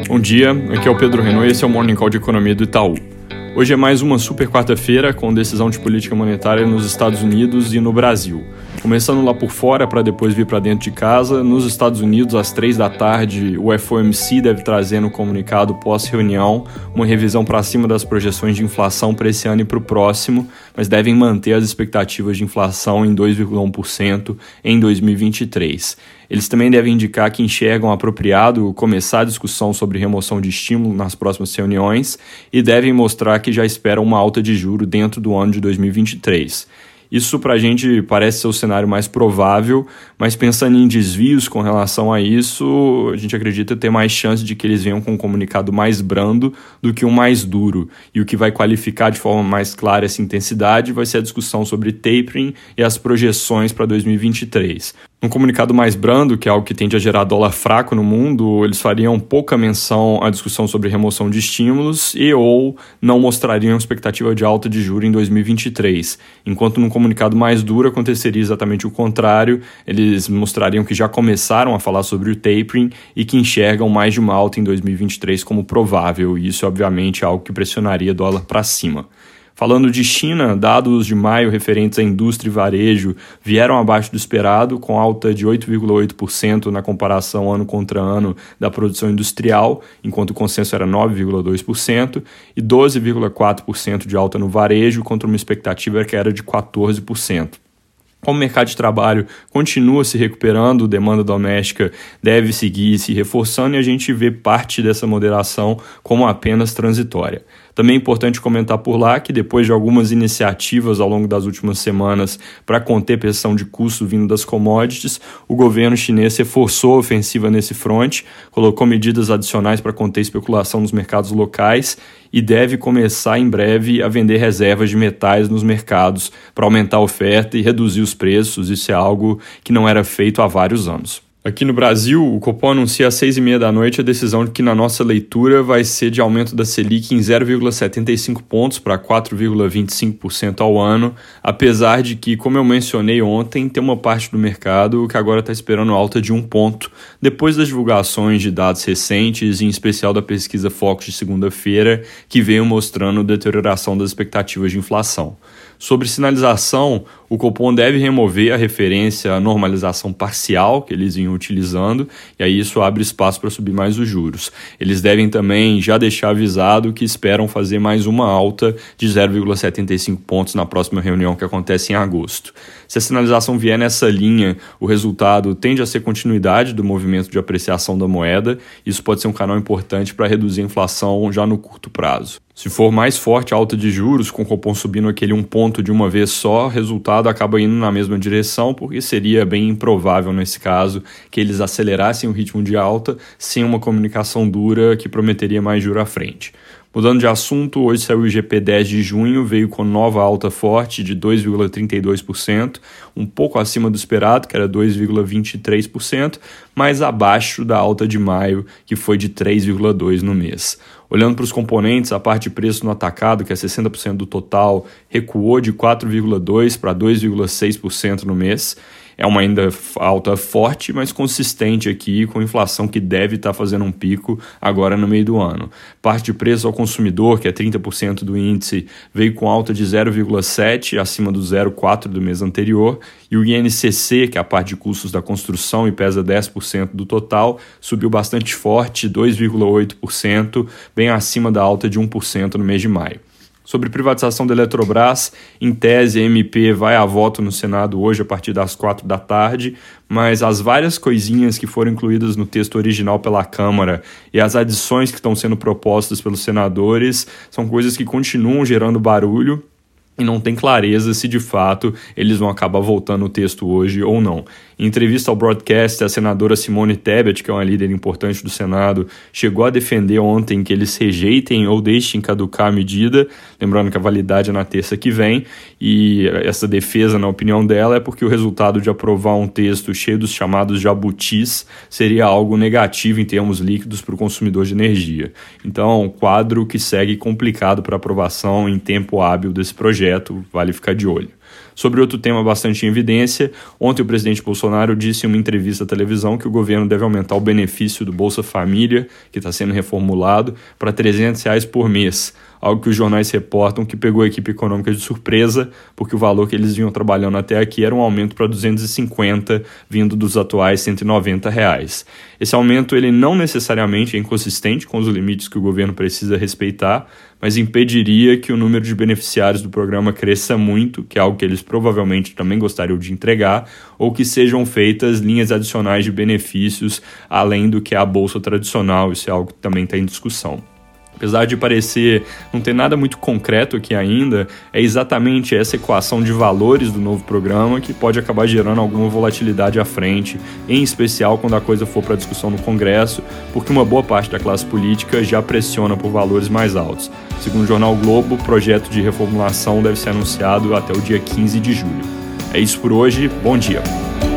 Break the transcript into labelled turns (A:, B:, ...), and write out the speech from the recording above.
A: Bom dia, aqui é o Pedro Renault e esse é o Morning Call de Economia do Itaú. Hoje é mais uma super quarta-feira com decisão de política monetária nos Estados Unidos e no Brasil. Começando lá por fora para depois vir para dentro de casa, nos Estados Unidos às 3 da tarde o FOMC deve trazer no comunicado pós-reunião uma revisão para cima das projeções de inflação para esse ano e para o próximo, mas devem manter as expectativas de inflação em 2,1% em 2023. Eles também devem indicar que enxergam apropriado começar a discussão sobre remoção de estímulo nas próximas reuniões e devem mostrar que já esperam uma alta de juros dentro do ano de 2023. Isso para a gente parece ser o cenário mais provável, mas pensando em desvios com relação a isso, a gente acredita ter mais chance de que eles venham com um comunicado mais brando do que um mais duro. E o que vai qualificar de forma mais clara essa intensidade vai ser a discussão sobre tapering e as projeções para 2023. Um comunicado mais brando, que é algo que tende a gerar dólar fraco no mundo, eles fariam pouca menção à discussão sobre remoção de estímulos e ou não mostrariam expectativa de alta de juros em 2023. Enquanto num comunicado mais duro aconteceria exatamente o contrário, eles mostrariam que já começaram a falar sobre o tapering e que enxergam mais de uma alta em 2023 como provável, e isso obviamente é algo que pressionaria dólar para cima. Falando de China, dados de maio referentes à indústria e varejo vieram abaixo do esperado, com alta de 8,8% na comparação ano contra ano da produção industrial, enquanto o consenso era 9,2%, e 12,4% de alta no varejo, contra uma expectativa que era de 14%. Como o mercado de trabalho continua se recuperando, a demanda doméstica deve seguir se reforçando e a gente vê parte dessa moderação como apenas transitória. Também é importante comentar por lá que depois de algumas iniciativas ao longo das últimas semanas para conter pressão de custo vindo das commodities, o governo chinês reforçou a ofensiva nesse fronte, colocou medidas adicionais para conter especulação nos mercados locais e deve começar em breve a vender reservas de metais nos mercados para aumentar a oferta e reduzir os preços. Isso é algo que não era feito há vários anos. Aqui no Brasil, o Copom anuncia às 6h30 da noite a decisão de que na nossa leitura vai ser de aumento da Selic em 0,75 pontos para 4,25% ao ano, apesar de que, como eu mencionei ontem, tem uma parte do mercado que agora está esperando alta de 1 ponto, depois das divulgações de dados recentes, em especial da pesquisa Focus de segunda-feira, que veio mostrando deterioração das expectativas de inflação. Sobre sinalização, o Copom deve remover a referência à normalização parcial que eles vinham utilizando, e aí isso abre espaço para subir mais os juros. Eles devem também já deixar avisado que esperam fazer mais uma alta de 0,75 pontos na próxima reunião que acontece em agosto. Se a sinalização vier nessa linha, o resultado tende a ser continuidade do movimento de apreciação da moeda. Isso pode ser um canal importante para reduzir a inflação já no curto prazo. Se for mais forte a alta de juros, com o Copom subindo aquele 1 ponto de uma vez só, o resultado acaba indo na mesma direção, porque seria bem improvável nesse caso que eles acelerassem o ritmo de alta sem uma comunicação dura que prometeria mais juros à frente. Mudando de assunto, hoje saiu o IGP-10 de junho, veio com nova alta forte de 2,32%, um pouco acima do esperado, que era 2,23%, mas abaixo da alta de maio, que foi de 3,2% no mês. Olhando para os componentes, a parte de preço no atacado, que é 60% do total, recuou de 4,2% para 2,6% no mês. É uma ainda alta forte, mas consistente aqui, com inflação que deve estar fazendo um pico agora no meio do ano. Parte de preço ao consumidor, que é 30% do índice, veio com alta de 0,7%, acima do 0,4% do mês anterior, e o INCC, que é a parte de custos da construção e pesa 10% do total, subiu bastante forte, 2,8%, bem acima da alta de 1% no mês de maio. Sobre privatização da Eletrobras, em tese a MP vai a voto no Senado hoje a partir das 4 da tarde, mas as várias coisinhas que foram incluídas no texto original pela Câmara e as adições que estão sendo propostas pelos senadores são coisas que continuam gerando barulho e não tem clareza se de fato eles vão acabar voltando o texto hoje ou não. Em entrevista ao broadcast, a senadora Simone Tebet, que é uma líder importante do Senado, chegou a defender ontem que eles rejeitem ou deixem caducar a medida, lembrando que a validade é na terça que vem, e essa defesa, na opinião dela, é porque o resultado de aprovar um texto cheio dos chamados jabutis seria algo negativo em termos líquidos para o consumidor de energia. Então, um quadro que segue complicado para aprovação em tempo hábil desse projeto, vale ficar de olho. Sobre outro tema bastante em evidência, ontem o presidente Bolsonaro disse em uma entrevista à televisão que o governo deve aumentar o benefício do Bolsa Família, que está sendo reformulado, para R$ 300 por mês, algo que os jornais reportam que pegou a equipe econômica de surpresa, porque o valor que eles vinham trabalhando até aqui era um aumento para 250, vindo dos atuais R$ 190. Esse aumento ele não necessariamente é inconsistente com os limites que o governo precisa respeitar, mas impediria que o número de beneficiários do programa cresça muito, que é algo que eles provavelmente também gostariam de entregar, ou que sejam feitas linhas adicionais de benefícios além do que é a bolsa tradicional. Isso é algo que também está em discussão. Apesar de parecer não ter nada muito concreto aqui ainda, é exatamente essa equação de valores do novo programa que pode acabar gerando alguma volatilidade à frente, em especial quando a coisa for para discussão no Congresso, porque uma boa parte da classe política já pressiona por valores mais altos. Segundo o jornal Globo, o projeto de reformulação deve ser anunciado até o dia 15 de julho. É isso por hoje, bom dia!